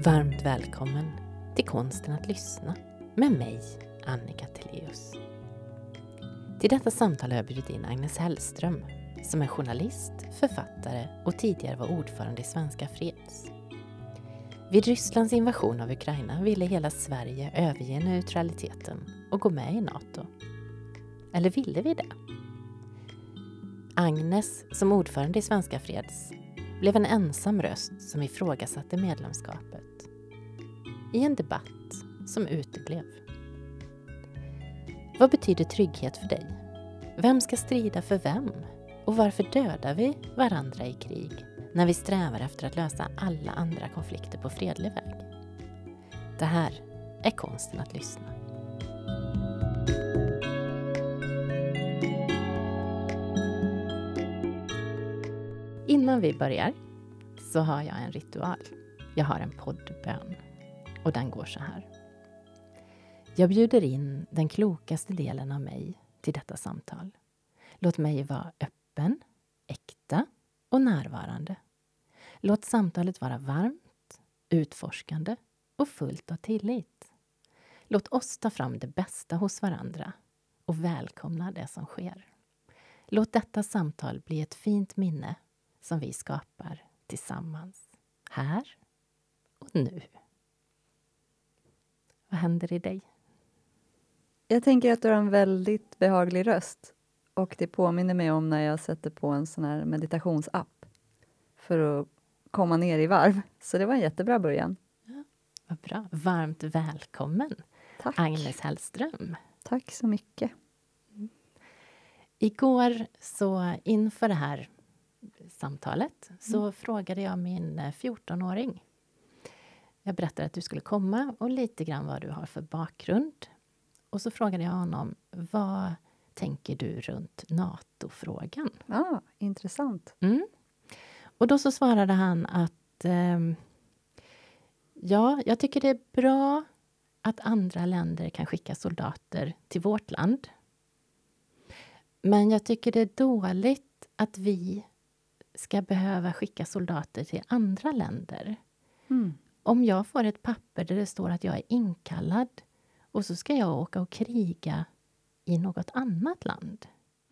Varmt välkommen till Konsten att lyssna med mig, Annika Tellius. Till detta samtal har jag bjudit in Agnes Hellström som är journalist, författare och tidigare var ordförande i Svenska Freds. Vid Rysslands invasion av Ukraina ville hela Sverige överge neutraliteten och gå med i NATO. Eller ville vi det? Agnes, som ordförande i Svenska Freds, blev en ensam röst som ifrågasatte medlemskapet. I en debatt som uteblev. Vad betyder trygghet för dig? Vem ska strida för vem? Och varför dödar vi varandra i krig när vi strävar efter att lösa alla andra konflikter på fredlig väg? Det här är Konsten att lyssna. Innan vi börjar så har jag en ritual. Jag har en poddbön och den går så här. Jag bjuder in den klokaste delen av mig till detta samtal. Låt mig vara öppen, äkta och närvarande. Låt samtalet vara varmt, utforskande och fullt av tillit. Låt oss ta fram det bästa hos varandra och välkomna det som sker. Låt detta samtal bli ett fint minne som vi skapar tillsammans, här och nu. Vad händer i dig? Jag tänker att du har en väldigt behaglig röst. Och det påminner mig om när jag sätter på en sån här meditationsapp. För att komma ner i varv. Så det var en jättebra början. Ja, vad bra. Varmt välkommen. Tack. Agnes Hellström. Tack så mycket. Igår så inför det här samtalet så frågade jag min 14-åring. Jag berättade att du skulle komma och lite grann vad du har för bakgrund. Och så frågade jag honom, vad tänker du runt NATO-frågan? Intressant. Och då så svarade han att ja, jag tycker det är bra att andra länder kan skicka soldater till vårt land. Men jag tycker det är dåligt att vi ska behöva skicka soldater till andra länder. Om jag får ett papper där det står att jag är inkallad och så ska jag åka och kriga i något annat land.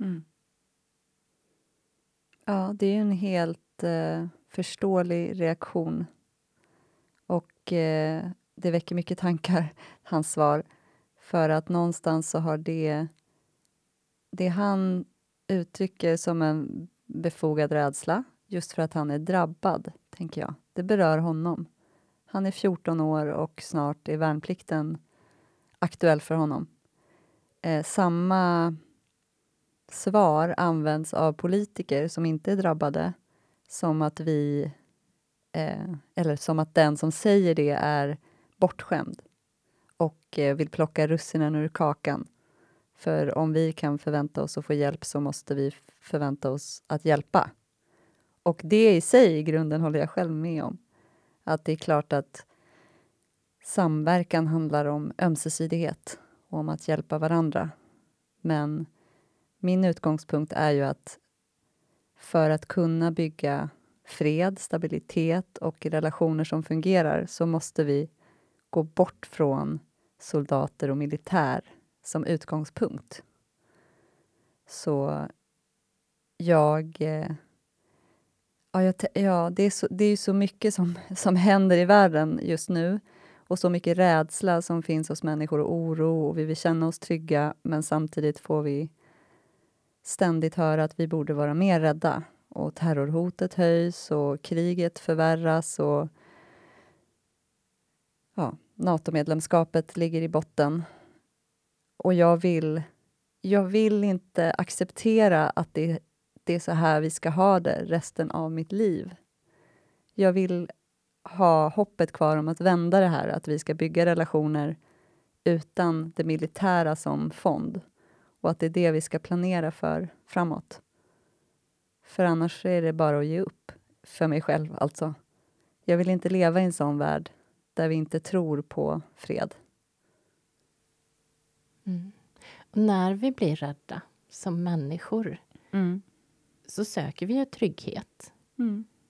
Ja, det är en helt förståelig reaktion. Och det väcker mycket tankar, hans svar. För att någonstans så har det han uttrycker som en befogad rädsla, just för att han är drabbad, tänker jag. Det berör honom. Han är 14 år och snart är värnplikten aktuell för honom. Samma svar används av politiker som inte är drabbade, som att eller som att den som säger det är bortskämd och vill plocka russinen ur kakan. För om vi kan förvänta oss att få hjälp så måste vi förvänta oss att hjälpa. Och det i sig i grunden håller jag själv med om. Att det är klart att samverkan handlar om ömsesidighet och om att hjälpa varandra. Men min utgångspunkt är ju att för att kunna bygga fred, stabilitet och relationer som fungerar så måste vi gå bort från soldater och militär som utgångspunkt. Så det är ju så mycket som händer i världen just nu och så mycket rädsla som finns hos människor och oro och vi vill känna oss trygga, men samtidigt får vi ständigt höra att vi borde vara mer rädda och terrorhotet höjs och kriget förvärras och NATO-medlemskapet ligger i botten. Och jag vill inte acceptera att det är så här vi ska ha det resten av mitt liv. Jag vill ha hoppet kvar om att vända det här, att vi ska bygga relationer utan det militära som fond. Och att det är det vi ska planera för framåt. För annars är det bara att ge upp. För mig själv alltså. Jag vill inte leva i en sån värld där vi inte tror på fred. Och när vi blir rädda som människor så söker vi ju trygghet.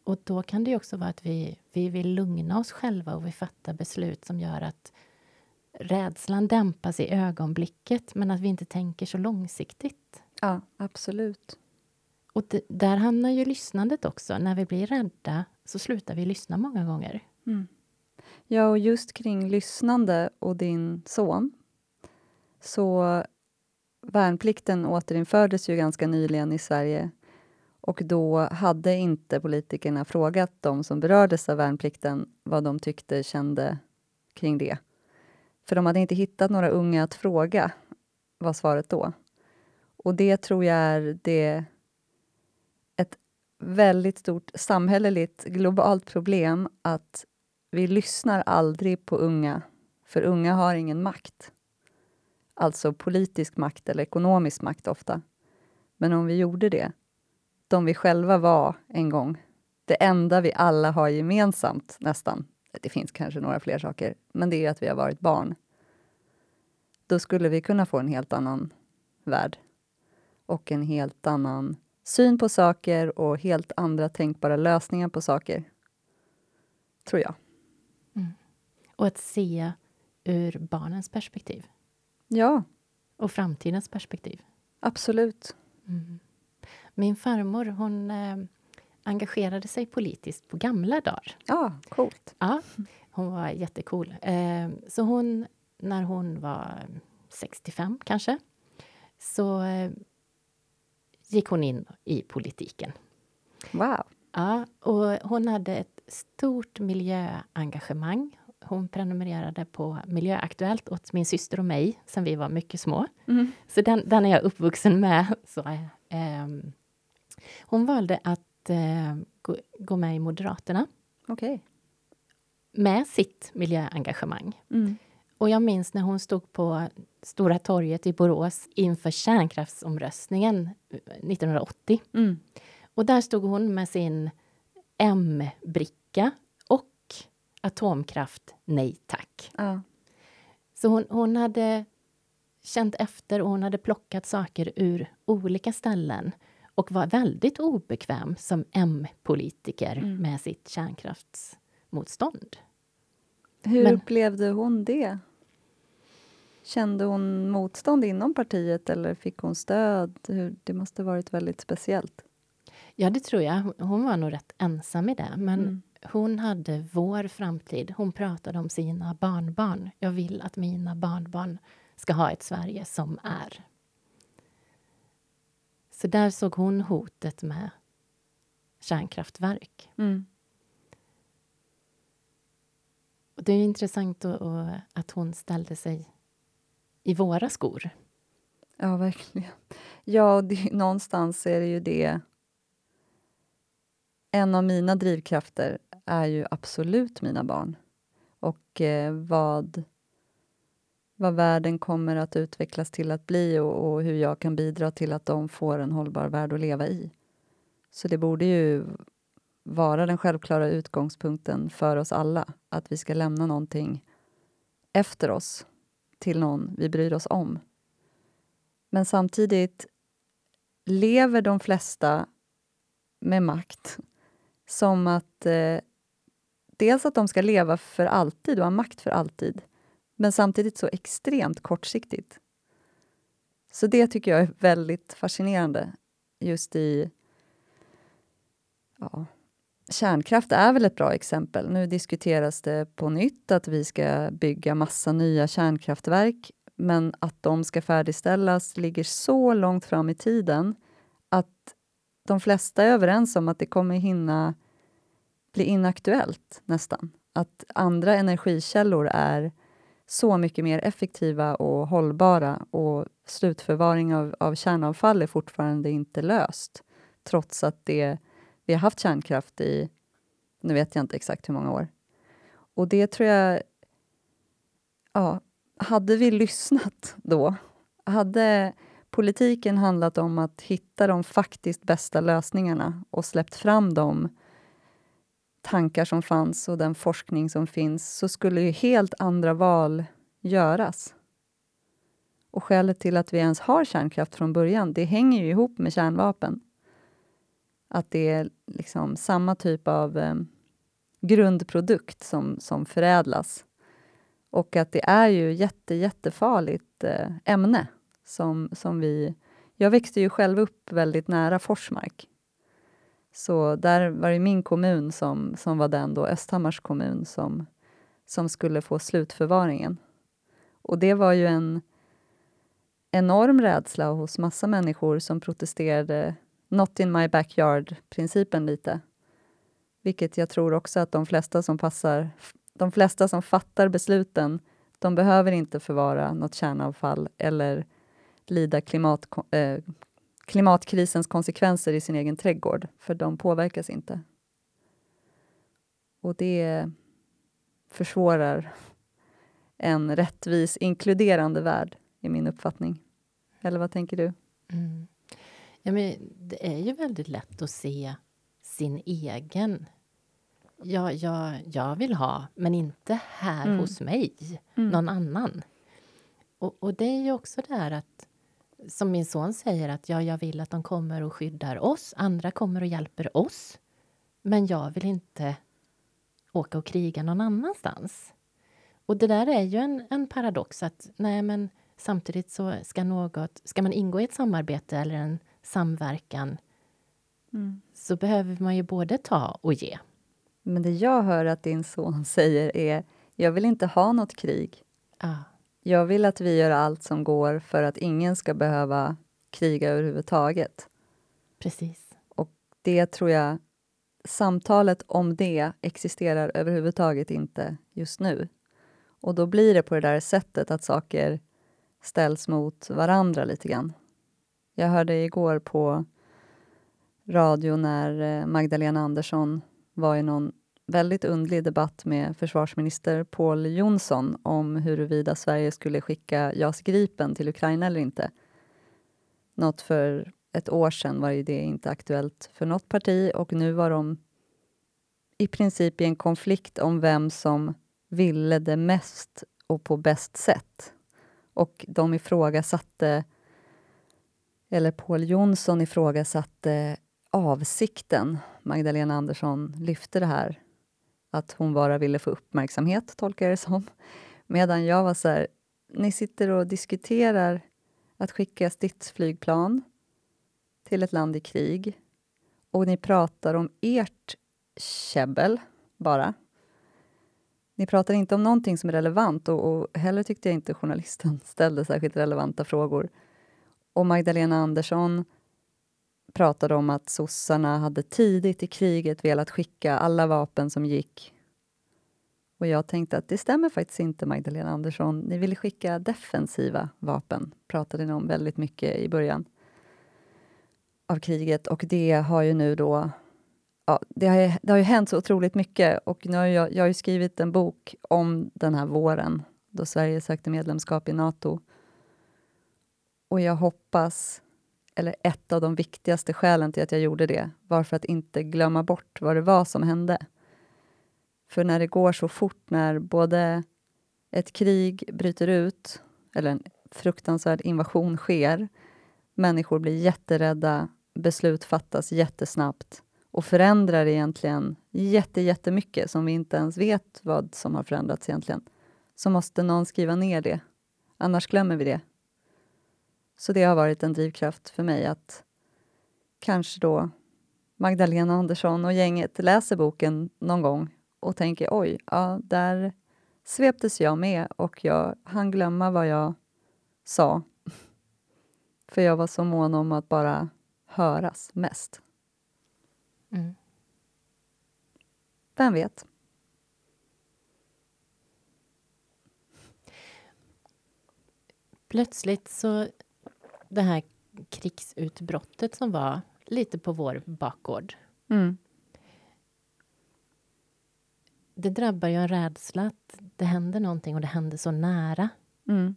Och då kan det ju också vara att vi vill lugna oss själva och vi fattar beslut som gör att rädslan dämpas i ögonblicket men att vi inte tänker så långsiktigt. Ja, absolut. Och där hamnar ju lyssnandet också. När vi blir rädda så slutar vi lyssna många gånger. Mm. Ja, och just kring lyssnande och din son. Så värnplikten återinfördes ju ganska nyligen i Sverige. Och då hade inte politikerna frågat de som berördes av värnplikten vad de tyckte, kände kring det. För de hade inte hittat några unga att fråga, var svaret då. Och det tror jag är ett väldigt stort samhälleligt, globalt problem att vi lyssnar aldrig på unga, för unga har ingen makt. Alltså politisk makt eller ekonomisk makt ofta. Men om vi gjorde det, de vi själva var en gång, det enda vi alla har gemensamt nästan, det finns kanske några fler saker, men det är att vi har varit barn. Då skulle vi kunna få en helt annan värld. Och en helt annan syn på saker och helt andra tänkbara lösningar på saker. Tror jag. Mm. Och att se ur barnens perspektiv. Ja. Och framtidens perspektiv. Absolut. Mm. Min farmor, hon engagerade sig politiskt på gamla dagar. Ja, coolt. Ja, hon var jättecool. Så hon, när hon var 65 kanske, så gick hon in i politiken. Wow. Ja, och hon hade ett stort miljöengagemang. Hon prenumererade på Miljöaktuellt åt min syster och mig sen vi var mycket små. Mm. Så den är jag uppvuxen med. Så, hon valde att gå med i Moderaterna. Okej. Med sitt miljöengagemang. Mm. Och jag minns när hon stod på Stora torget i Borås inför kärnkraftsomröstningen 1980. Mm. Och där stod hon med sin M-bricka och atomkraft, nej tack. Ja. Så hon hade känt efter och hon hade plockat saker ur olika ställen. Och var väldigt obekväm som M-politiker med sitt kärnkraftsmotstånd. Hur upplevde hon det? Kände hon motstånd inom partiet eller fick hon stöd? Det måste varit väldigt speciellt. Ja, det tror jag. Hon var nog rätt ensam i det. Men hon hade vår framtid. Hon pratade om sina barnbarn. Jag vill att mina barnbarn ska ha ett Sverige som är. Så där såg hon hotet med kärnkraftverk. Mm. Och det är intressant att hon ställde sig i våra skor. Ja, verkligen. Ja, någonstans är det ju det. En av mina drivkrafter är ju absolut mina barn. Och vad världen kommer att utvecklas till att bli och hur jag kan bidra till att de får en hållbar värld att leva i. Så det borde ju vara den självklara utgångspunkten för oss alla. Att vi ska lämna någonting efter oss till någon vi bryr oss om. Men samtidigt lever de flesta med makt som att dels att de ska leva för alltid och ha makt för alltid. Men samtidigt så extremt kortsiktigt. Så det tycker jag är väldigt fascinerande. Just i... Ja, kärnkraft är väl ett bra exempel. Nu diskuteras det på nytt att vi ska bygga massa nya kärnkraftverk. Men att de ska färdigställas ligger så långt fram i tiden att de flesta är överens om att det kommer hinna bli inaktuellt nästan. Att andra energikällor är så mycket mer effektiva och hållbara och slutförvaring av kärnavfall är fortfarande inte löst. Trots att vi har haft kärnkraft i, nu vet jag inte exakt hur många år. Och det tror jag, ja, hade vi lyssnat då, hade politiken handlat om att hitta de faktiskt bästa lösningarna och släppt fram de tankar som fanns och den forskning som finns, så skulle ju helt andra val göras. Och skälet till att vi ens har kärnkraft från början, det hänger ju ihop med kärnvapen. Att det är liksom samma typ av grundprodukt som förädlas. Och att det är ju jättefarligt ämne. Jag växte ju själv upp väldigt nära Forsmark. Så där var det min kommun som var den då, Östhammars kommun, som skulle få slutförvaringen. Och det var ju en enorm rädsla hos massa människor som protesterade not in my backyard-principen lite. Vilket jag tror också att de flesta som fattar besluten, de behöver inte förvara något kärnavfall eller lida klimatkrisens konsekvenser i sin egen trädgård, för de påverkas inte. Och det försvårar en rättvis, inkluderande värld, i min uppfattning. Eller vad tänker du? Mm. Ja, men det är ju väldigt lätt att se sin egen. Jag vill ha, men inte här hos mig. Någon annan. Och det är ju också det här att, som min son säger, att jag vill att de kommer och skyddar oss. Andra kommer och hjälper oss. Men jag vill inte åka och kriga någon annanstans. Och det där är ju en paradox, att nej, men samtidigt så ska man ingå i ett samarbete eller en samverkan, så behöver man ju både ta och ge. Men det jag hör att din son säger är, jag vill inte ha något krig. Jag vill att vi gör allt som går för att ingen ska behöva kriga överhuvudtaget. Precis. Och det tror jag, samtalet om det existerar överhuvudtaget inte just nu. Och då blir det på det där sättet att saker ställs mot varandra lite grann. Jag hörde igår på radio när Magdalena Andersson var i någon väldigt undlig debatt med försvarsminister Pål Jonsson om huruvida Sverige skulle skicka JAS Gripen till Ukraina eller inte. Något för ett år sedan var ju det inte aktuellt för något parti, och nu var de i princip i en konflikt om vem som ville det mest och på bäst sätt. Och de ifrågasatte, eller Pål Jonsson ifrågasatte avsikten. Magdalena Andersson lyfte det här, att hon bara ville få uppmärksamhet, tolkar jag det som. Medan jag var så här, ni sitter och diskuterar att skicka stridsflygplan till ett land i krig, och ni pratar om ert käbbel bara. Ni pratar inte om någonting som är relevant, och heller tyckte jag inte journalisten ställde särskilt relevanta frågor. Och Magdalena Andersson pratade om att sossarna hade tidigt i kriget velat skicka alla vapen som gick. Och jag tänkte att det stämmer faktiskt inte, Magdalena Andersson. Ni ville skicka defensiva vapen, pratade ni om väldigt mycket i början av kriget. Och det har ju nu då... Ja, det har ju hänt så otroligt mycket, och nu har jag har ju skrivit en bok om den här våren då Sverige sökte medlemskap i NATO. Och jag hoppas, eller ett av de viktigaste skälen till att jag gjorde det, var för att inte glömma bort vad det var som hände. För när det går så fort, när både ett krig bryter ut, eller en fruktansvärd invasion sker, människor blir jätterädda, beslut fattas jättesnabbt och förändrar egentligen jättemycket som vi inte ens vet vad som har förändrats egentligen. Så måste någon skriva ner det, annars glömmer vi det. Så det har varit en drivkraft för mig att kanske då Magdalena Andersson och gänget läser boken någon gång och tänker, oj, ja, där sveptes jag med och jag hann glömma vad jag sa. För jag var så mån om att bara höras mest. Mm. Vem vet? Plötsligt så, det här krigsutbrottet som var lite på vår bakgård. Mm. Det drabbar ju en rädsla att det händer någonting och det händer så nära. Mm.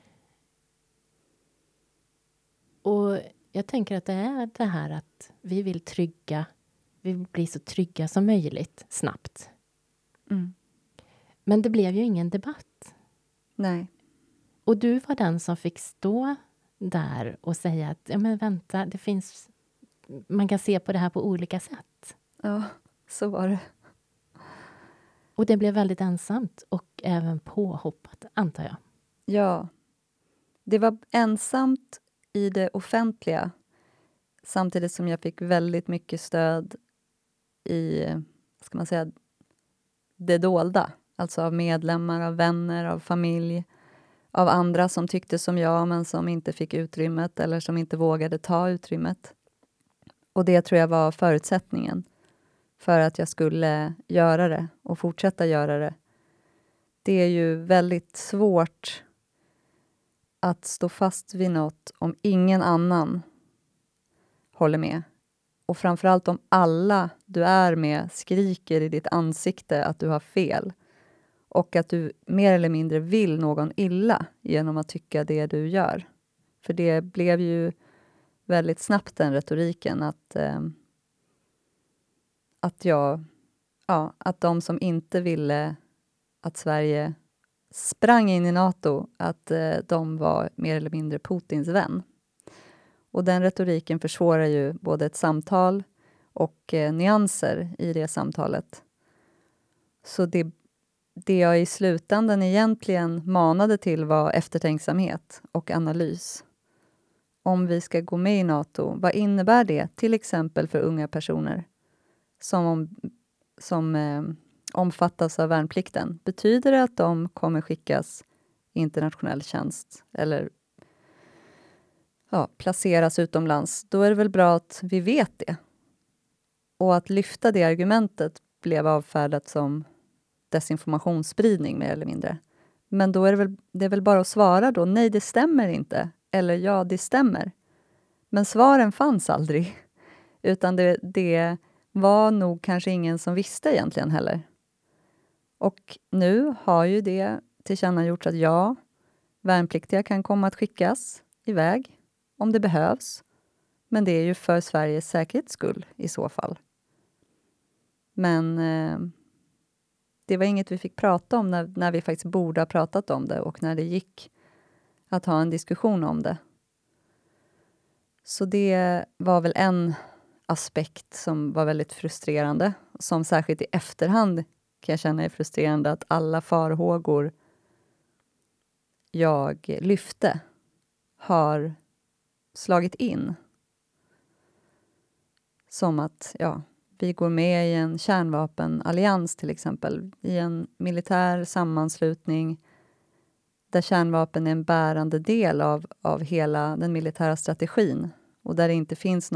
Och jag tänker att det är det här att vi vill bli så trygga som möjligt snabbt. Mm. Men det blev ju ingen debatt. Nej. Och du var den som fick stå där och säga att ja, men vänta, det finns man kan se på det här på olika sätt. Ja, så var det. Och det blev väldigt ensamt och även påhoppat, antar jag. Ja, det var ensamt i det offentliga samtidigt som jag fick väldigt mycket stöd i, ska man säga, det dolda. Alltså av medlemmar, av vänner, av familj, av andra som tyckte som jag men som inte fick utrymmet eller som inte vågade ta utrymmet. Och det tror jag var förutsättningen för att jag skulle göra det och fortsätta göra det. Det är ju väldigt svårt att stå fast vid något om ingen annan håller med. Och framförallt om alla du är med skriker i ditt ansikte att du har fel. Och att du mer eller mindre vill någon illa genom att tycka det du gör. För det blev ju väldigt snabbt den retoriken att de som inte ville att Sverige sprang in i NATO, att de var mer eller mindre Putins vän. Och den retoriken försvårar ju både ett samtal och nyanser i det samtalet. Så det jag i slutändan egentligen manade till var eftertänksamhet och analys. Om vi ska gå med i NATO, vad innebär det till exempel för unga personer som omfattas av värnplikten? Betyder det att de kommer skickas i internationell tjänst eller placeras utomlands? Då är det väl bra att vi vet det. Och att lyfta det argumentet blev avfärdat som desinformationsspridning mer eller mindre. Men då är det är väl bara att svara då, nej det stämmer inte. Eller ja, det stämmer. Men svaren fanns aldrig. Utan det var nog kanske ingen som visste egentligen heller. Och nu har ju det tillkännagjorts att ja, värnpliktiga kan komma att skickas iväg om det behövs. Men det är ju för Sveriges säkerhets skull i så fall. Men det var inget vi fick prata om när vi faktiskt borde ha pratat om det och när det gick att ha en diskussion om det. Så det var väl en aspekt som var väldigt frustrerande. Som särskilt i efterhand kan jag känna är frustrerande att alla farhågor jag lyfte har slagit in. Som att, vi går med i en kärnvapenallians till exempel. I en militär sammanslutning där kärnvapen är en bärande del av hela den militära strategin. Och där det inte finns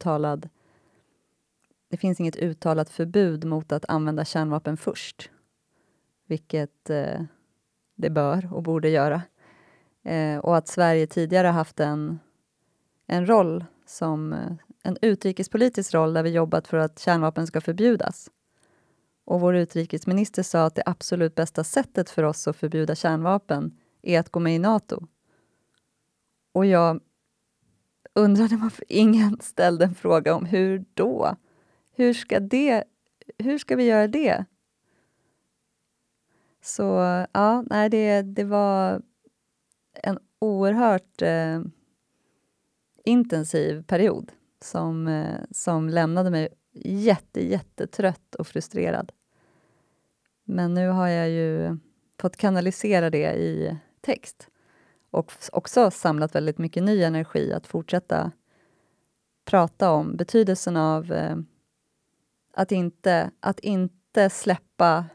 det finns inget uttalat förbud mot att använda kärnvapen först. Vilket det bör och borde göra. Och att Sverige tidigare haft en roll som en utrikespolitisk roll där vi jobbat för att kärnvapen ska förbjudas. Och vår utrikesminister sa att det absolut bästa sättet för oss att förbjuda kärnvapen är att gå med i NATO. Och jag undrade varför ingen ställde en fråga om hur då? Hur ska vi göra det? Så det var en oerhört intensiv period som lämnade mig jättetrött och frustrerad. Men nu har jag ju fått kanalisera det i text. Och också samlat väldigt mycket ny energi att fortsätta prata om betydelsen av att inte släppa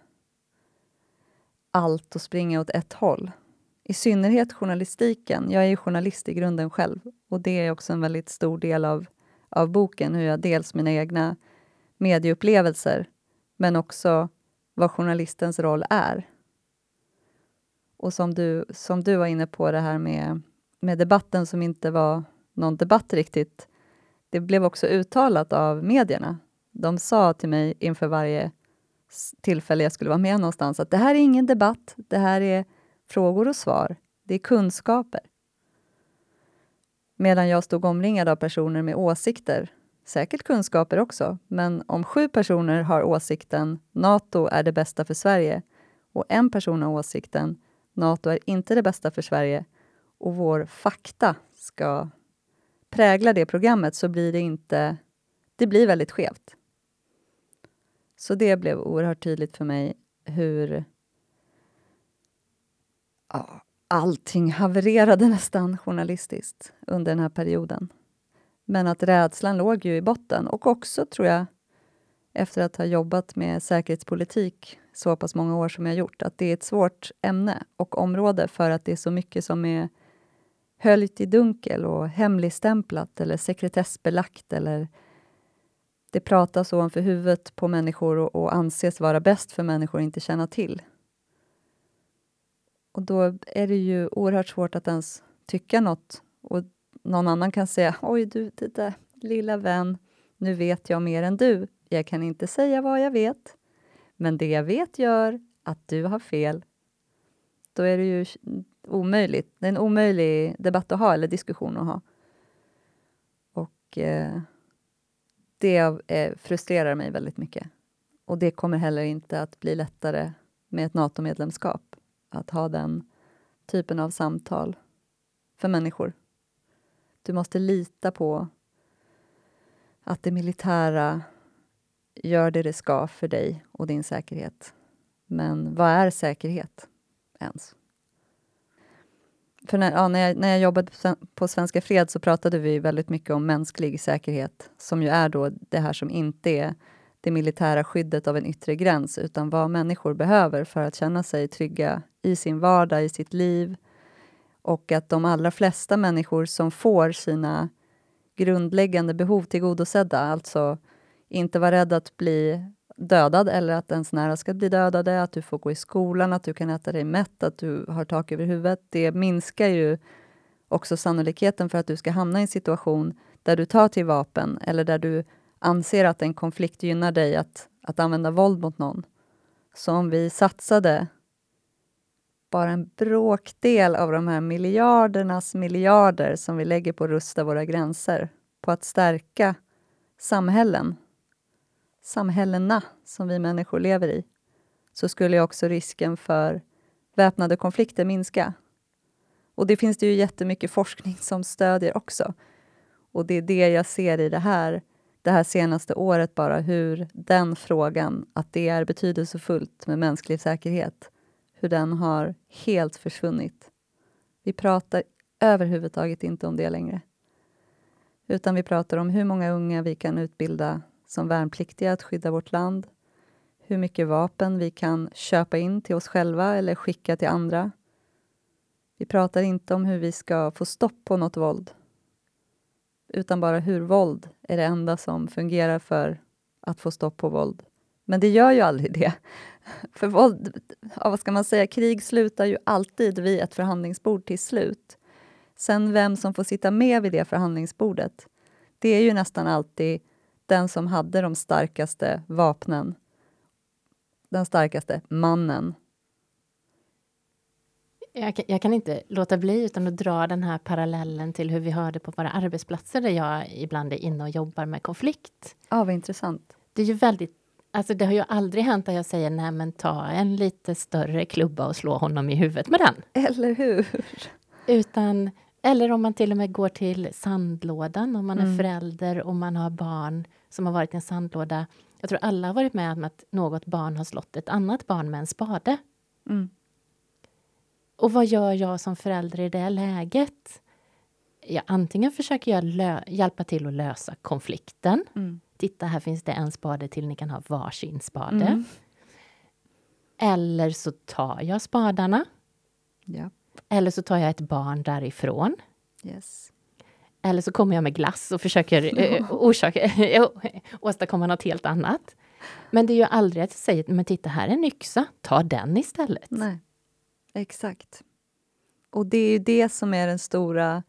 allt och springa åt ett håll. I synnerhet journalistiken. Jag är journalist i grunden själv. Och det är också en väldigt stor del av boken. Hur jag dels mina egna medieupplevelser. Men också vad journalistens roll är. Och som du var inne på det här med debatten som inte var någon debatt riktigt. Det blev också uttalat av medierna. De sa till mig inför varje tillfälle jag skulle vara med någonstans att det här är ingen debatt. Det här är frågor och svar. Det är kunskaper. Medan jag stod omringad av personer med åsikter. Säkert kunskaper också. Men om 7 personer har åsikten NATO är det bästa för Sverige. Och en person har åsikten NATO är inte det bästa för Sverige. Och vår fakta ska prägla det programmet så blir det inte det blir väldigt skevt. Så det blev oerhört tydligt för mig hur allting havererade nästan journalistiskt under den här perioden. Men att rädslan låg ju i botten. Och också, tror jag, efter att ha jobbat med säkerhetspolitik så pass många år som jag gjort, att det är ett svårt ämne och område för att det är så mycket som är höljt i dunkel och hemligstämplat eller sekretessbelagt, eller det pratas ovanför huvudet på människor och anses vara bäst för människor att inte känna till. Och då är det ju oerhört svårt att ens tycka något. Och någon annan kan säga, oj du, det där lilla vän, nu vet jag mer än du. Jag kan inte säga vad jag vet. Men det jag vet gör att du har fel. Då är det ju omöjligt. Det är en omöjlig debatt att ha, eller diskussion att ha. Och det frustrerar mig väldigt mycket. Och det kommer heller inte att bli lättare med ett NATO-medlemskap. Att ha den typen av samtal för människor. Du måste lita på att det militära gör det ska för dig och din säkerhet. Men vad är säkerhet ens? För när jag jobbade på Svenska Fred så pratade vi väldigt mycket om mänsklig säkerhet, som ju är då det här som inte är det militära skyddet av en yttre gräns, utan vad människor behöver för att känna sig trygga i sin vardag, i sitt liv. Och att de allra flesta människor som får sina grundläggande behov tillgodosedda, alltså inte vara rädd att bli dödad eller att ens nära ska bli dödade, att du får gå i skolan, att du kan äta dig mätt, att du har tak över huvudet. Det minskar ju också sannolikheten för att du ska hamna i en situation där du tar till vapen eller där du anser att en konflikt gynnar dig att använda våld mot någon. Så om vi satsade bara en bråkdel av de här miljardernas miljarder som vi lägger på att rusta våra gränser, på att stärka samhällena som vi människor lever i, så skulle också risken för väpnade konflikter minska. Och det finns det ju jättemycket forskning som stödjer också. Och det är det jag ser i det här senaste året bara, hur den frågan, att det är betydelsefullt med mänsklig säkerhet, hur den har helt försvunnit. Vi pratar överhuvudtaget inte om det längre. Utan vi pratar om hur många unga vi kan utbilda som värnpliktiga att skydda vårt land. Hur mycket vapen vi kan köpa in till oss själva eller skicka till andra. Vi pratar inte om hur vi ska få stopp på något våld. Utan bara hur våld är det enda som fungerar för att få stopp på våld. Men det gör ju aldrig det. För våld, vad ska man säga, krig slutar ju alltid vid ett förhandlingsbord till slut. Sen vem som får sitta med vid det förhandlingsbordet, det är ju nästan alltid den som hade de starkaste vapnen. Den starkaste mannen. Jag kan inte låta bli utan att dra den här parallellen till hur vi hörde på våra arbetsplatser där jag ibland är inne och jobbar med konflikt. Ja, vad intressant. Det är ju väldigt, alltså det har ju aldrig hänt att jag säger nej men ta en lite större klubba och slå honom i huvudet med den. Eller hur? Utan, eller om man till och med går till sandlådan, om man är förälder och man har barn som har varit i en sandlåda. Jag tror alla har varit med om att något barn har slått ett annat barn med en spade. Mm. Och vad gör jag som förälder i det läget? Ja, antingen försöker jag hjälpa till att lösa konflikten. Titta, här finns det en spade till, ni kan ha varsin spade. Eller så tar jag spadarna. Ja. Eller så tar jag ett barn därifrån. Yes. Eller så kommer jag med glass och försöker åstadkomma något helt annat. Men det är ju aldrig att jag säger, men titta här är en yxa, ta den istället. Nej, exakt. Och det är ju det som är den stora,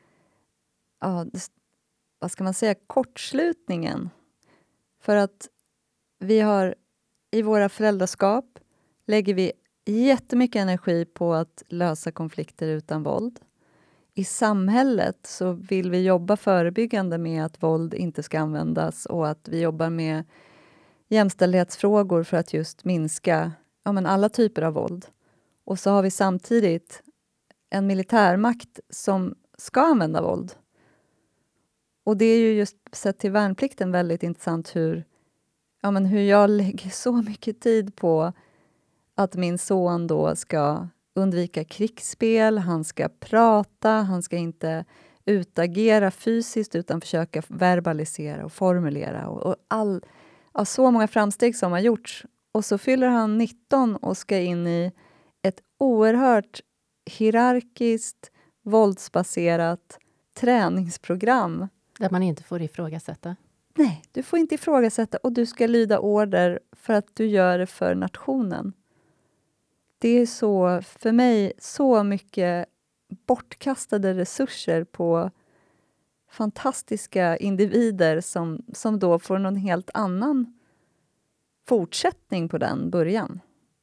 vad ska man säga, kortslutningen. För att vi har i våra föräldraskap lägger vi jättemycket energi på att lösa konflikter utan våld. I samhället så vill vi jobba förebyggande med att våld inte ska användas och att vi jobbar med jämställdhetsfrågor för att just minska alla typer av våld. Och så har vi samtidigt en militärmakt som ska använda våld. Och det är ju just sett till värnplikten väldigt intressant hur jag lägger så mycket tid på att min son då ska undvika krigsspel, han ska prata, han ska inte utagera fysiskt utan försöka verbalisera och formulera så många framsteg som har gjorts. Och så fyller han 19 och ska in i ett oerhört hierarkiskt, våldsbaserat träningsprogram. Där man inte får ifrågasätta. Nej, du får inte ifrågasätta och du ska lyda order för att du gör det för nationen. Det är så, för mig, så mycket bortkastade resurser på fantastiska individer som då får någon helt annan fortsättning på den början.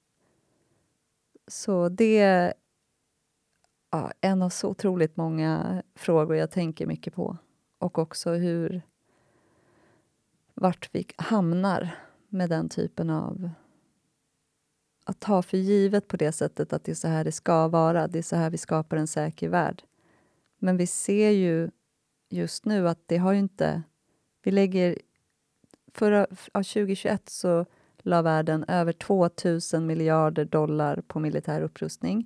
Så det är en av så otroligt många frågor jag tänker mycket på. Och också vart vi hamnar med den typen av att ta för givet på det sättet att det är så här det ska vara. Det är så här vi skapar en säker värld. Men vi ser ju just nu att det har ju inte... Vi lägger... 2021 så la världen över 2000 miljarder dollar på militär upprustning.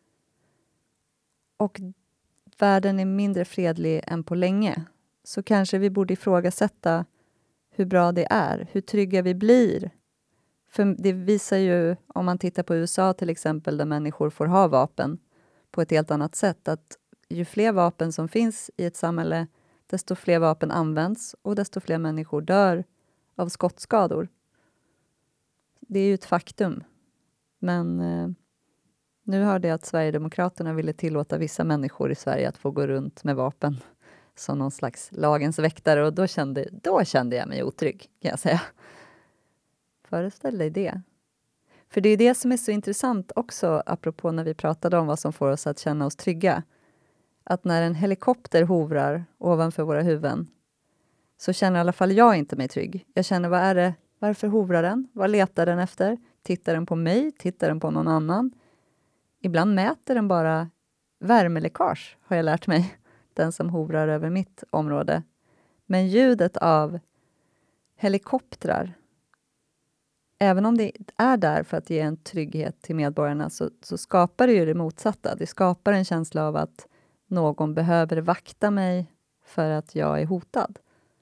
Och världen är mindre fredlig än på länge. Så kanske vi borde ifrågasätta hur bra det är, hur trygga vi blir. För det visar ju, om man tittar på USA till exempel, där människor får ha vapen på ett helt annat sätt, att ju fler vapen som finns i ett samhälle, desto fler vapen används och desto fler människor dör av skottskador. Det är ju ett faktum. Men nu hörde jag att Sverigedemokraterna ville tillåta vissa människor i Sverige att få gå runt med vapen som någon slags lagens väktare, och då kände jag mig otrygg, kan jag säga. Föreställ dig det. För det är det som är så intressant också, apropå när vi pratade om vad som får oss att känna oss trygga. Att när en helikopter hovrar ovanför våra huvuden så känner i alla fall jag inte mig trygg. Jag känner, varför hovrar den? Vad letar den efter? Tittar den på mig? Tittar den på någon annan? Ibland mäter den bara värmeläckage, har jag lärt mig. Den som hovrar över mitt område. Men ljudet av helikoptrar, även om det är där för att ge en trygghet till medborgarna, så skapar det ju det motsatta. Det skapar en känsla av att någon behöver vakta mig för att jag är hotad.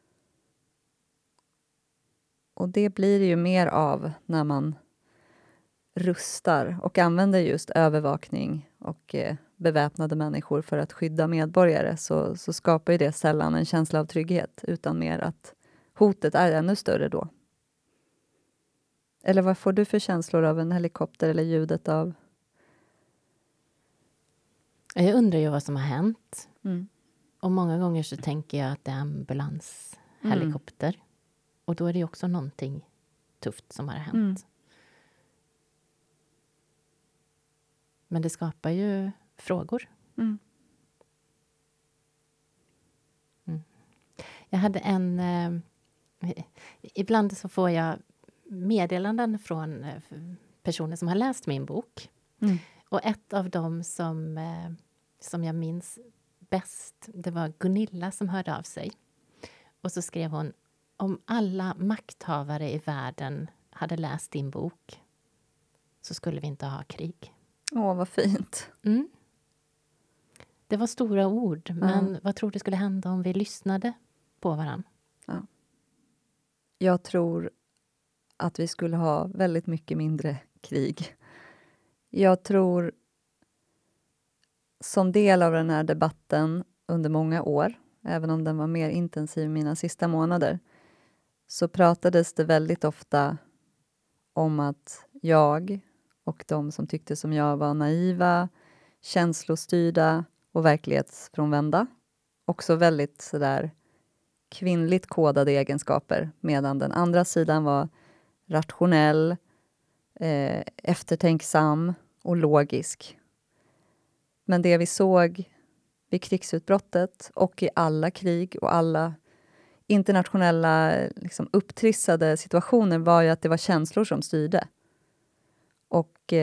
Och det blir det ju mer av när man rustar och använder just övervakning och beväpnade människor för att skydda medborgare, så skapar ju det sällan en känsla av trygghet, utan mer att hotet är ännu större då. Eller vad får du för känslor av en helikopter eller ljudet av? Jag undrar ju vad som har hänt. Mm. Och många gånger så tänker jag att det är ambulanshelikopter. Och då är det också någonting tufft som har hänt. Mm. Men det skapar ju frågor. Mm. Jag hade ibland så får jag meddelanden från personer som har läst min bok. Mm. Och ett av dem som jag minns bäst, det var Gunilla som hörde av sig. Och så skrev hon: om alla makthavare i världen hade läst din bok så skulle vi inte ha krig. Åh, vad fint. Mm. Det var stora ord, men vad tror du skulle hända om vi lyssnade på varandra? Ja. Jag tror att vi skulle ha väldigt mycket mindre krig. Jag tror, som del av den här debatten under många år, även om den var mer intensiv mina sista månader, så pratades det väldigt ofta om att jag och de som tyckte som jag var naiva, känslostyrda och verklighetsfrånvända. Också väldigt sådär kvinnligt kodade egenskaper, medan den andra sidan var rationell, eftertänksam och logisk. Men det vi såg vid krigsutbrottet och i alla krig och alla internationella liksom, upptrissade situationer var ju att det var känslor som styrde. Och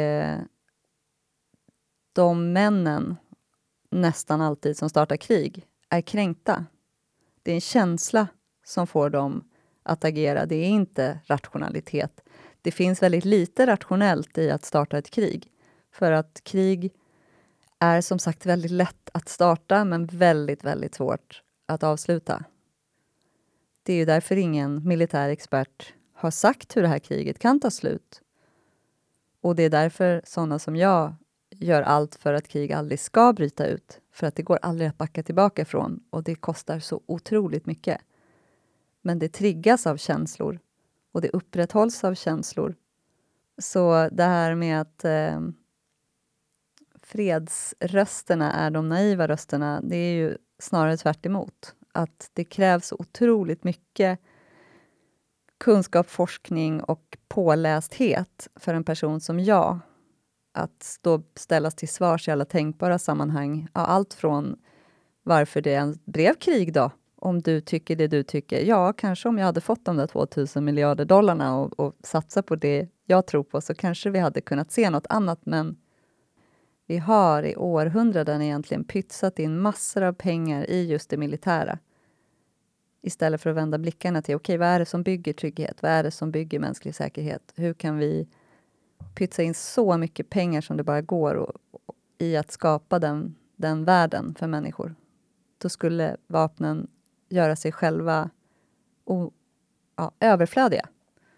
de männen nästan alltid som startar krig är kränkta. Det är en känsla som får dem att agera. Det är inte rationalitet. Det finns väldigt lite rationellt i att starta ett krig. För att krig är som sagt väldigt lätt att starta, men väldigt, väldigt svårt att avsluta. Det är ju därför ingen militär expert har sagt hur det här kriget kan ta slut. Och det är därför sådana som jag gör allt för att krig aldrig ska bryta ut. För att det går aldrig att backa tillbaka ifrån och det kostar så otroligt mycket. Men det triggas av känslor och det upprätthålls av känslor. Så det här med att fredsrösterna är de naiva rösterna, det är ju snarare tvärt emot. Att det krävs otroligt mycket kunskap, forskning och pålästhet för en person som jag att ställas till svars i alla tänkbara sammanhang. Ja, allt från varför det ens blev krig då, om du tycker det du tycker. Ja, kanske om jag hade fått de där 2000 miljarder dollarna och satsa på det jag tror på, så kanske vi hade kunnat se något annat, men vi har i århundraden egentligen pytsat in massor av pengar i just det militära. Istället för att vända blickarna till, okej, vad är det som bygger trygghet? Vad är det som bygger mänsklig säkerhet? Hur kan vi pytsa in så mycket pengar som det bara går i att skapa den världen för människor? Då skulle vapnen göra sig själva överflödiga.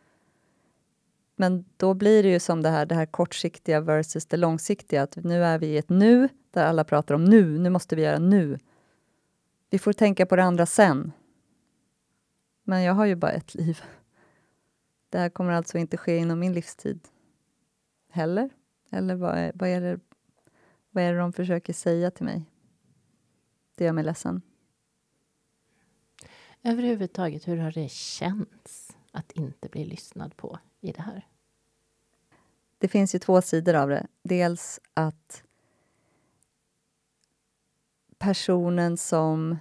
Men då blir det ju som det här kortsiktiga versus det långsiktiga. Att nu är vi i ett nu, där alla pratar om nu måste vi göra nu. Vi får tänka på det andra sen. Men jag har ju bara ett liv. Det här kommer alltså inte ske inom min livstid. Heller? Eller vad är det de försöker säga till mig? Det gör mig ledsen. Överhuvudtaget, hur har det känts att inte bli lyssnad på i det här? Det finns ju två sidor av det. Dels att personen som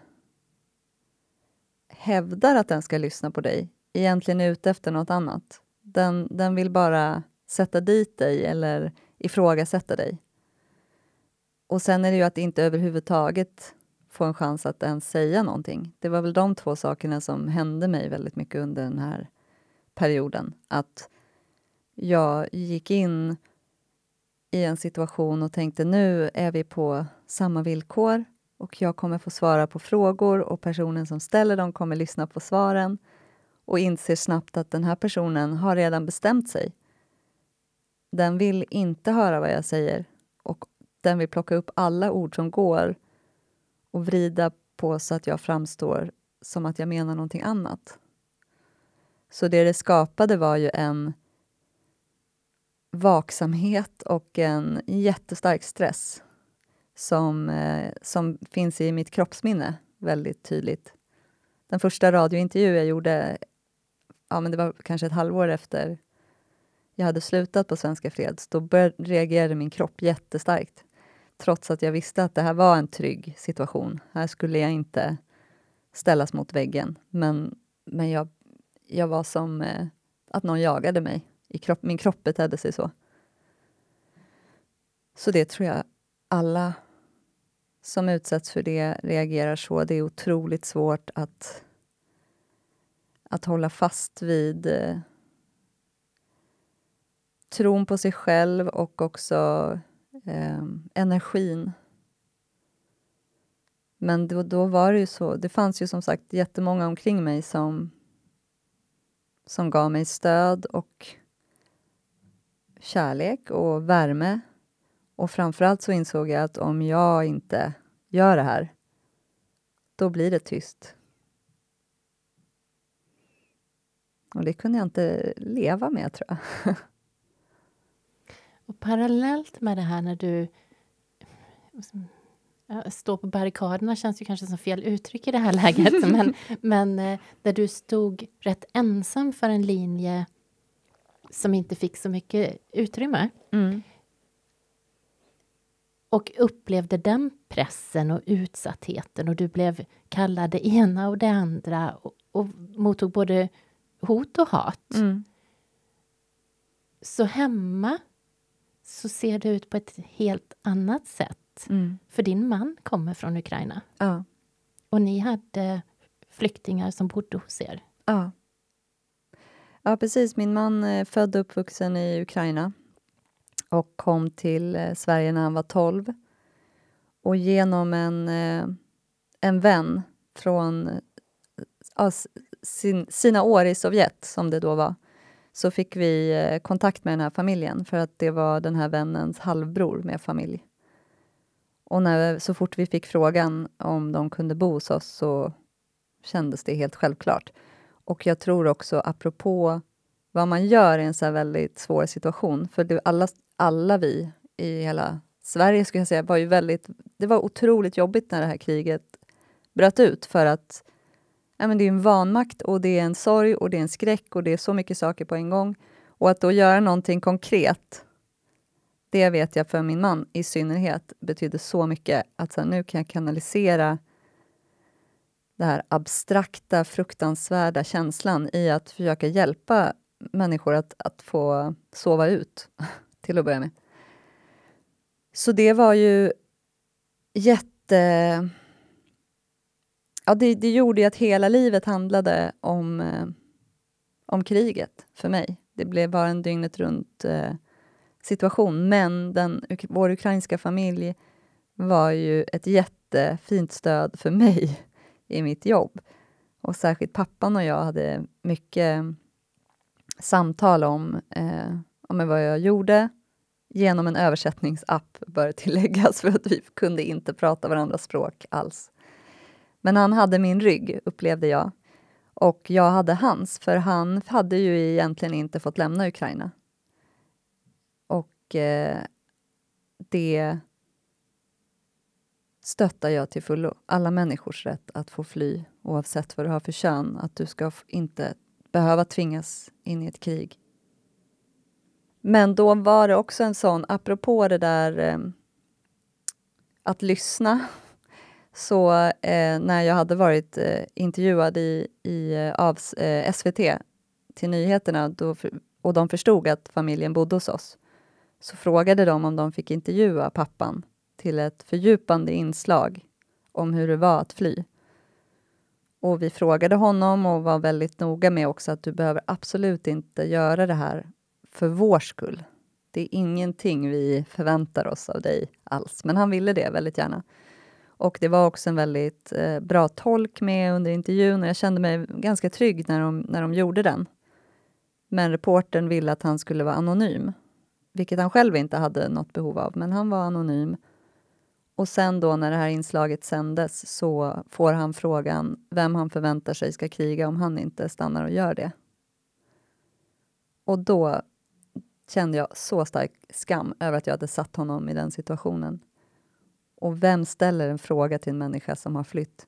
hävdar att den ska lyssna på dig egentligen är ute efter något annat. Den vill bara sätta dit dig eller ifrågasätta dig. Och sen är det ju att inte överhuvudtaget få en chans att ens säga någonting. Det var väl de två sakerna som hände mig väldigt mycket under den här perioden. Att jag gick in i en situation och tänkte, nu är vi på samma villkor och jag kommer få svara på frågor och personen som ställer dem kommer lyssna på svaren och inser snabbt att den här personen har redan bestämt sig. Den vill inte höra vad jag säger och den vill plocka upp alla ord som går och vrida på så att jag framstår som att jag menar någonting annat. Så det skapade var ju en vaksamhet och en jättestark stress som finns i mitt kroppsminne väldigt tydligt. Den första radiointervju jag gjorde, men det var kanske ett halvår efter jag hade slutat på Svenska Freds, då reagerade min kropp jättestarkt. Trots att jag visste att det här var en trygg situation. Här skulle jag inte ställas mot väggen. Men jag var som att någon jagade mig. Min kropp betedde sig så. Så det tror jag alla som utsätts för det reagerar så. Det är otroligt svårt att hålla fast vid tron på sig själv och också energin. Men då var det ju så. Det fanns ju som sagt jättemånga omkring mig som gav mig stöd och kärlek och värme. Och framförallt så insåg jag att om jag inte gör det här, då blir det tyst. Och det kunde jag inte leva med, tror jag. Och parallellt med det här när du står på barrikaderna, känns ju kanske som fel uttryck i det här läget. men där du stod rätt ensam för en linje som inte fick så mycket utrymme. Mm. Och upplevde den pressen och utsattheten och du blev kallad det ena och det andra och mottog både hot och hat. Mm. Så hemma så ser det ut på ett helt annat sätt. Mm. För din man kommer från Ukraina. Ja. Och ni hade flyktingar som bodde hos er. Ja. Ja, precis. Min man är född och uppvuxen i Ukraina och kom till Sverige när han var 12. Och genom en vän från sina år i Sovjet, som det då var, så fick vi kontakt med den här familjen för att det var den här vännens halvbror med familj. Och så fort vi fick frågan om de kunde bo hos oss så kändes det helt självklart. Och jag tror också, apropå vad man gör i en så här väldigt svår situation, för det, alla vi i hela Sverige, skulle jag säga, var ju det var otroligt jobbigt när det här kriget bröt ut, för att det är en vanmakt och det är en sorg och det är en skräck och det är så mycket saker på en gång. Och att då göra någonting konkret, det vet jag för min man i synnerhet betydde så mycket, att så här, nu kan jag kanalisera det här abstrakta, fruktansvärda känslan i att försöka hjälpa människor att få sova ut, till att börja med. Så det var ju Ja, det gjorde ju att hela livet handlade om kriget för mig. Det blev bara en dygnet runt situation. Men vår ukrainska familj var ju ett jättefint stöd för mig i mitt jobb. Och särskilt pappan och jag hade mycket samtal om vad jag gjorde genom en översättningsapp, bör tilläggas, för att vi kunde inte prata varandras språk alls. Men han hade min rygg, upplevde jag. Och jag hade hans, för han hade ju egentligen inte fått lämna Ukraina. Och det stöttar jag till fullo. Alla människors rätt att få fly, oavsett vad du har för kön. Att du ska inte behöva tvingas in i ett krig. Men då var det också en sån, apropå det där att lyssna. Så när jag hade varit intervjuad av SVT till nyheterna, och de förstod att familjen bodde hos oss, så frågade de om de fick intervjua pappan till ett fördjupande inslag om hur det var att fly. Och vi frågade honom och var väldigt noga med också att du behöver absolut inte göra det här för vår skull. Det är ingenting vi förväntar oss av dig alls. Men han ville det väldigt gärna. Och det var också en väldigt bra tolk med under intervjun, och jag kände mig ganska trygg när de gjorde den. Men reportern ville att han skulle vara anonym, vilket han själv inte hade något behov av, men han var anonym. Och sen då när det här inslaget sändes så får han frågan vem han förväntar sig ska kriga om han inte stannar och gör det. Och då kände jag så stark skam över att jag hade satt honom i den situationen. Och vem ställer en fråga till en människa som har flytt?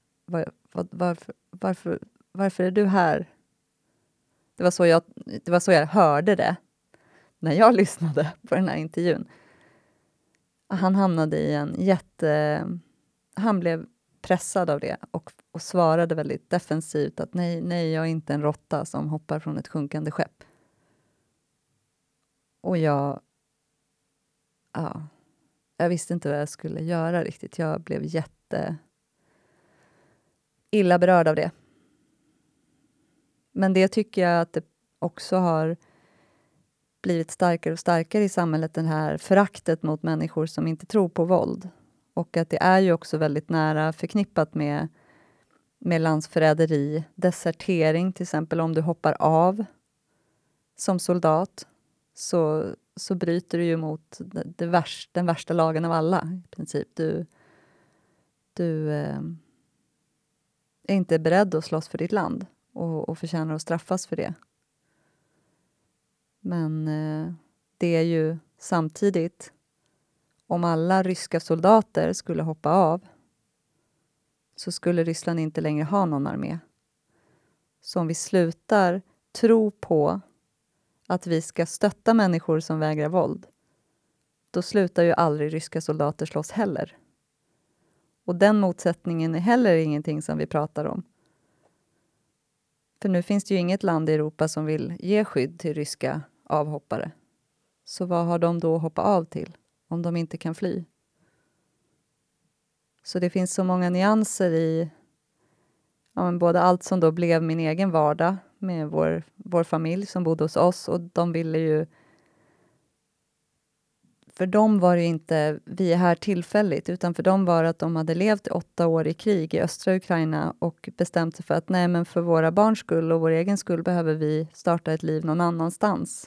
Varför är du här? Det var så jag hörde det när jag lyssnade på den här intervjun. Han hamnade i han blev pressad av det och svarade väldigt defensivt att nej, jag är inte en råtta som hoppar från ett sjunkande skepp. Och jag visste inte vad jag skulle göra riktigt. Jag blev illa berörd av det. Men det tycker jag att det också har blivit starkare och starkare i samhället, den här föraktet mot människor som inte tror på våld. Och att det är ju också väldigt nära förknippat med landsförräderi, desertering, till exempel om du hoppar av som soldat så bryter du ju mot den värsta lagen av alla i princip. Du är inte beredd att slåss för ditt land och förtjänar att straffas för det. Men det är ju samtidigt, om alla ryska soldater skulle hoppa av så skulle Ryssland inte längre ha någon armé. Så om vi slutar tro på att vi ska stötta människor som vägrar våld, då slutar ju aldrig ryska soldater slåss heller. Och den motsättningen är heller ingenting som vi pratar om. För nu finns det ju inget land i Europa som vill ge skydd till ryska avhoppare. Så vad har de då hoppat av till om de inte kan fly? Så det finns så många nyanser i ja, men både allt som då blev min egen vardag med vår familj som bodde hos oss, och de ville ju... För dem var det inte vi är här tillfälligt, utan för dem var det att de hade levt 8 år i krig i östra Ukraina och bestämt sig för att nej, men för våra barns skull och vår egen skull behöver vi starta ett liv någon annanstans.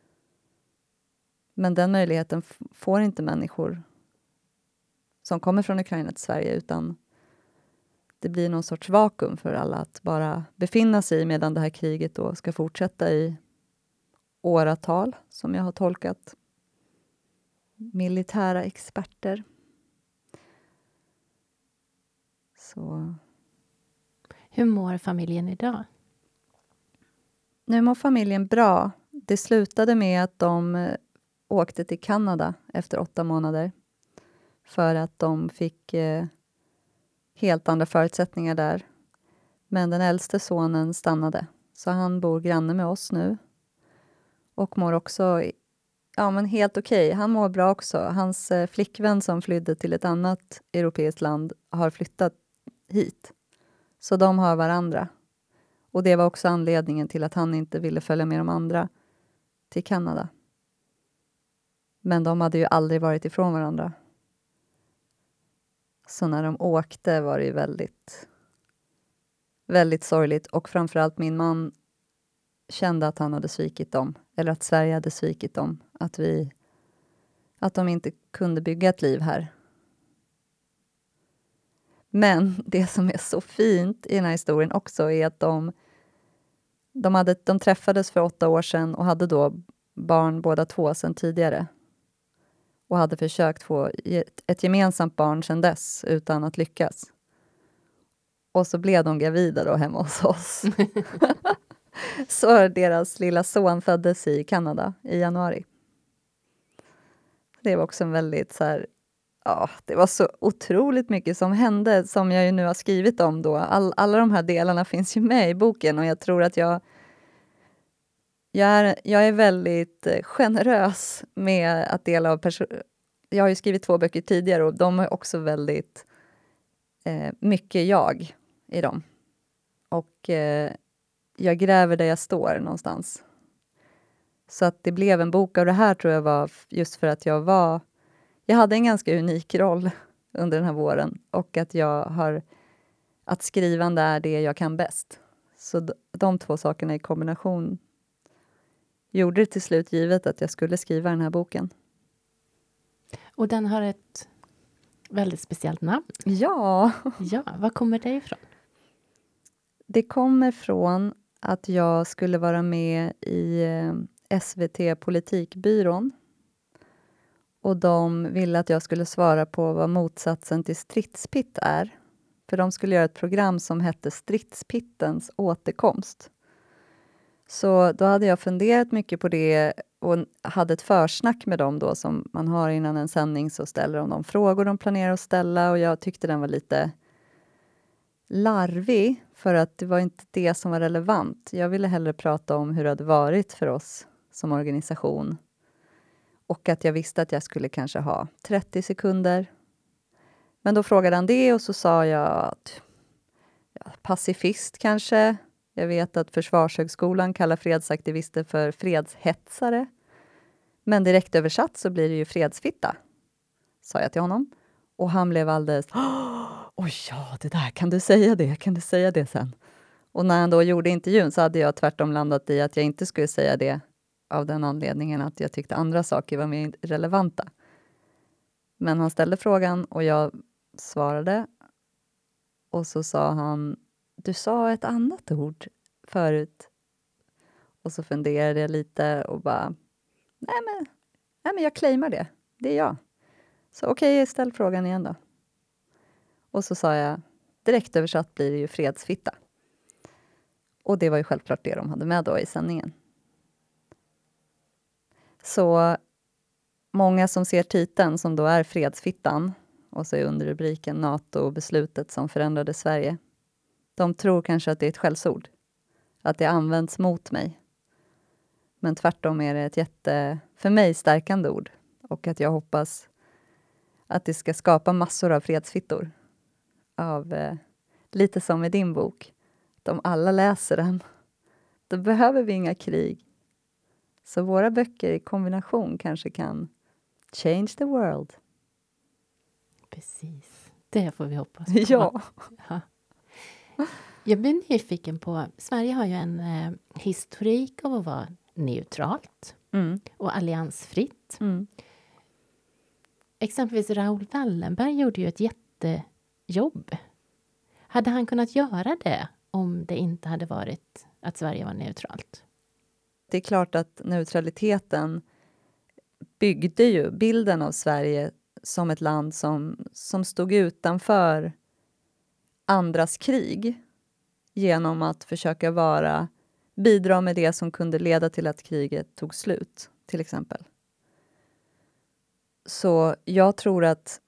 Men den möjligheten får inte människor som kommer från Ukraina till Sverige, utan det blir någon sorts vakuum för alla att bara befinna sig i, medan det här kriget då ska fortsätta i åratal, som jag har tolkat militära experter. Så. Hur mår familjen idag? Nu mår familjen bra. Det slutade med att de åkte till Kanada efter 8 månader. För att de fick helt andra förutsättningar där. Men den äldste sonen stannade. Så han bor granne med oss nu. Och mår också men helt okej. Han mår bra också. Hans flickvän som flydde till ett annat europeiskt land har flyttat hit. Så de har varandra. Och det var också anledningen till att han inte ville följa med de andra till Kanada. Men de hade ju aldrig varit ifrån varandra. Så när de åkte var det ju väldigt, väldigt sorgligt. Och framförallt min man kände att han hade svikit dem. Eller att Sverige hade svikit dem. Att de inte kunde bygga ett liv här. Men det som är så fint i den här historien också är att de träffades för 8 år sedan och hade då barn båda två sedan tidigare. Och hade försökt få ett gemensamt barn sedan dess utan att lyckas. Och så blev de gravida då hemma hos oss. Så deras lilla son föddes i Kanada i januari. Det var också en väldigt så här... Ja, det var så otroligt mycket som hände, som jag ju nu har skrivit om då. Alla de här delarna finns ju med i boken, och jag tror att jag är väldigt generös med att dela av jag har ju skrivit 2 böcker tidigare, och de är också väldigt mycket jag i dem. Och jag gräver där jag står någonstans. Så att det blev en bok av det här, tror jag, var just för att jag hade en ganska unik roll under den här våren, och att skrivande är det jag kan bäst. Så de 2 sakerna i kombination gjorde det till slut givet att jag skulle skriva den här boken. Och den har ett väldigt speciellt namn. Ja. Ja, var kommer det ifrån? Det kommer från att jag skulle vara med i SVT Politikbyrån. Och de ville att jag skulle svara på vad motsatsen till stridspitt är. För de skulle göra ett program som hette Stridspittens återkomst. Så då hade jag funderat mycket på det och hade ett försnack med dem då, som man har innan en sändning, så ställer de frågor de planerar att ställa, och jag tyckte den var lite larvig, för att det var inte det som var relevant. Jag ville hellre prata om hur det hade varit för oss som organisation. Och att jag visste att jag skulle kanske ha 30 sekunder. Men då frågade han det, och så sa jag att pacifist kanske. Jag vet att Försvarshögskolan kallar fredsaktivister för fredshetsare. Men direkt översatt så blir det ju fredsfitta, sa jag till honom. Och han blev alldeles... Oj, ja, det där, kan du säga det? Kan du säga det sen? Och när han då gjorde intervjun så hade jag tvärtom landat i att jag inte skulle säga det, av den anledningen att jag tyckte andra saker var mer relevanta. Men han ställde frågan och jag svarade. Och så sa han, du sa ett annat ord förut. Och så funderade jag lite och bara, nej men jag claimar det. Det är jag. Så okej, ställ frågan igen då. Och så sa jag, direkt översatt blir det ju fredsfitta. Och det var ju självklart det de hade med då i sändningen. Så många som ser titeln, som då är fredsfittan, och så är under rubriken NATO-beslutet som förändrade Sverige. De tror kanske att det är ett skällsord. Att det används mot mig. Men tvärtom är det ett för mig, stärkande ord. Och att jag hoppas att det ska skapa massor av fredsfittor. Av lite som med din bok. Om alla läser den, då behöver vi inga krig. Så våra böcker i kombination kanske kan change the world. Precis, det får vi hoppas på. Ja. Ja. Jag blir nyfiken på, Sverige har ju en historik av att vara neutralt och alliansfritt. Exempelvis Raoul Wallenberg gjorde ju ett jättejobb. Hade han kunnat göra det om det inte hade varit att Sverige var neutralt? Det är klart att neutraliteten byggde ju bilden av Sverige som ett land som stod utanför andras krig genom att försöka bidra med det som kunde leda till att kriget tog slut, till exempel. Så jag tror att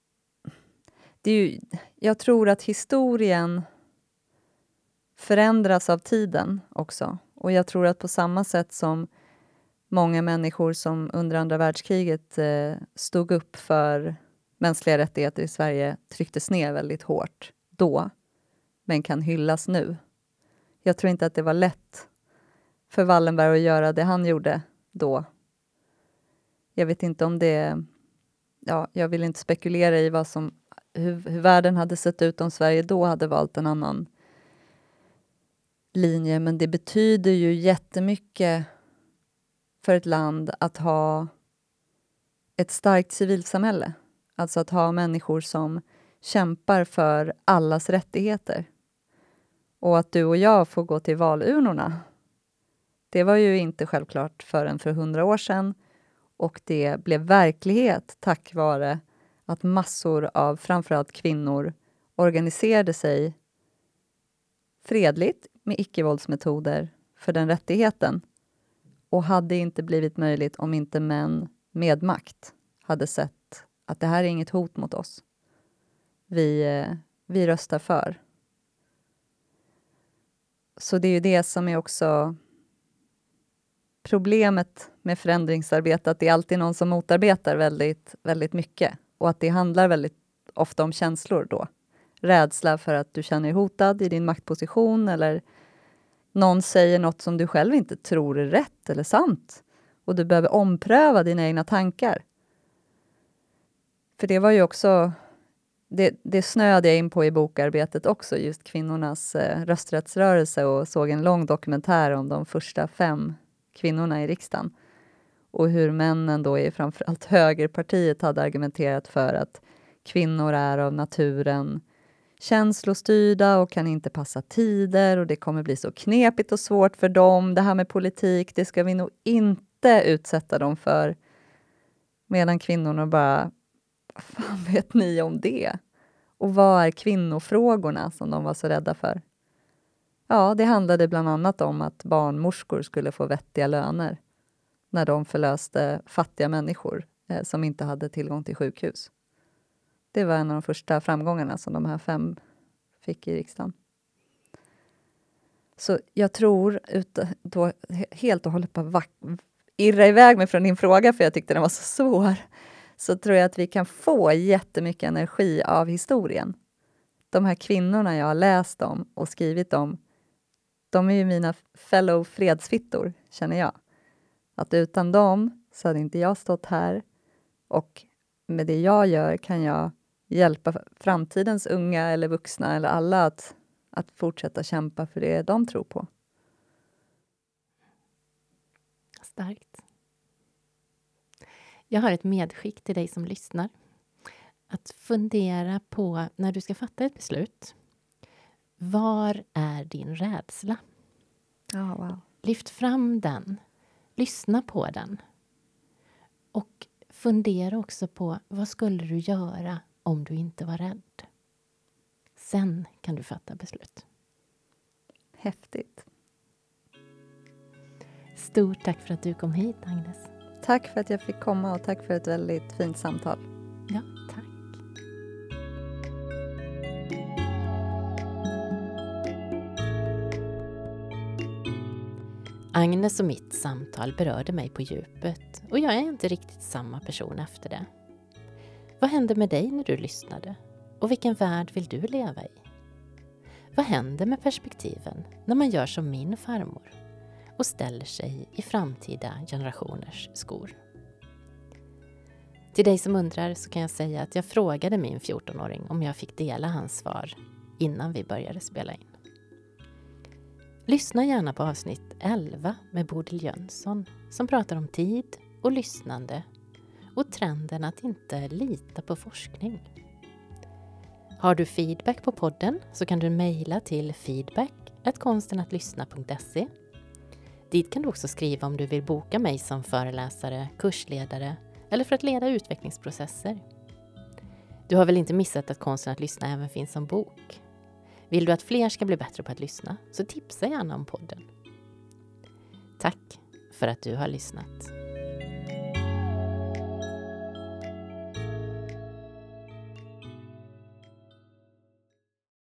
historien förändras av tiden också. Och jag tror att på samma sätt som många människor som under andra världskriget stod upp för mänskliga rättigheter i Sverige trycktes ner väldigt hårt då, men kan hyllas nu. Jag tror inte att det var lätt för Wallenberg att göra det han gjorde då. Jag vet inte om det... Ja, jag vill inte spekulera i hur världen hade sett ut om Sverige då hade valt en annan linje. Men det betyder ju jättemycket för ett land att ha ett starkt civilsamhälle. Alltså att ha människor som kämpar för allas rättigheter. Och att du och jag får gå till valurnorna. Det var ju inte självklart förrän för 100 år sedan. Och det blev verklighet tack vare att massor av framförallt kvinnor organiserade sig fredligt med icke-våldsmetoder för den rättigheten. Och hade inte blivit möjligt om inte män med makt hade sett att det här är inget hot mot oss. Vi röstar för. Så det är ju det som är också problemet med förändringsarbete, att det är alltid någon som motarbetar väldigt, väldigt mycket. Och att det handlar väldigt ofta om känslor då. Rädsla för att du känner dig hotad i din maktposition, eller någon säger något som du själv inte tror är rätt eller sant. Och du behöver ompröva dina egna tankar. För det var ju också, det snöade jag in på i bokarbetet också, just kvinnornas rösträttsrörelse, och såg en lång dokumentär om de första 5 kvinnorna i riksdagen. Och hur männen då i framförallt högerpartiet hade argumenterat för att kvinnor är av naturen känslostyrda och kan inte passa tider, och det kommer bli så knepigt och svårt för dem. Det här med politik, det ska vi nog inte utsätta dem för. Medan kvinnorna bara, vad fan vet ni om det? Och vad är kvinnofrågorna som de var så rädda för? Ja, det handlade bland annat om att barnmorskor skulle få vettiga löner när de förlöste fattiga människor som inte hade tillgång till sjukhus. Det var en av de första framgångarna som de här 5 fick i riksdagen. Så jag tror, då helt och hållet på irra iväg mig från din fråga, för jag tyckte den var så svår, så tror jag att vi kan få jättemycket energi av historien. De här kvinnorna jag har läst om och skrivit om, de är ju mina fellow fredsfittor, känner jag. Att utan dem så hade inte jag stått här, och med det jag gör kan jag hjälpa framtidens unga eller vuxna eller alla att fortsätta kämpa för det de tror på. Starkt. Jag har ett medskick till dig som lyssnar. Att fundera på, när du ska fatta ett beslut, var är din rädsla? Oh, wow. Lyft fram den. Lyssna på den. Och fundera också på, vad skulle du göra om du inte var rädd? Sen kan du fatta beslut. Häftigt. Stort tack för att du kom hit, Agnes. Tack för att jag fick komma, och tack för ett väldigt fint samtal. Ja, tack. Agnes och mitt samtal berörde mig på djupet, och jag är inte riktigt samma person efter det. Vad hände med dig när du lyssnade? Och vilken värld vill du leva i? Vad händer med perspektiven när man gör som min farmor och ställer sig i framtida generationers skor? Till dig som undrar så kan jag säga att jag frågade min 14-åring om jag fick dela hans svar innan vi började spela in. Lyssna gärna på avsnitt 11 med Bodil Jönsson som pratar om tid och lyssnande och trenden att inte lita på forskning. Har du feedback på podden så kan du mejla till feedback@konstenatlyssna.se. Dit kan du också skriva om du vill boka mig som föreläsare, kursledare eller för att leda utvecklingsprocesser. Du har väl inte missat att Konsten att lyssna även finns som bok? Vill du att fler ska bli bättre på att lyssna så tipsa gärna om podden. Tack för att du har lyssnat.